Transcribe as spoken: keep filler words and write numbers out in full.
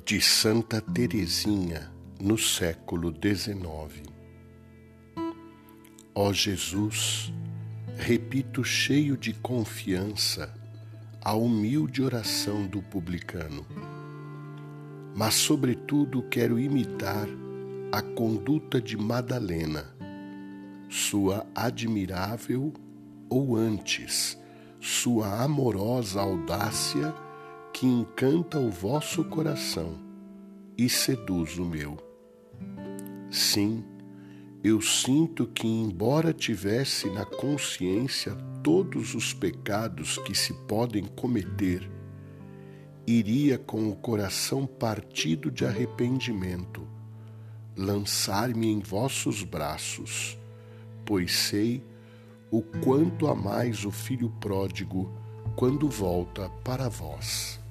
de Santa Teresinha, no século dezenove. Ó Jesus, repito cheio de confiança a humilde oração do publicano, mas sobretudo quero imitar a conduta de Madalena, sua admirável ou antes, sua amorosa audácia que encanta o vosso coração e seduz o meu. Sim, eu sinto que, embora tivesse na consciência todos os pecados que se podem cometer, iria com o coração partido de arrependimento lançar-me em vossos braços, pois sei o quanto amais o filho pródigo quando volta para vós.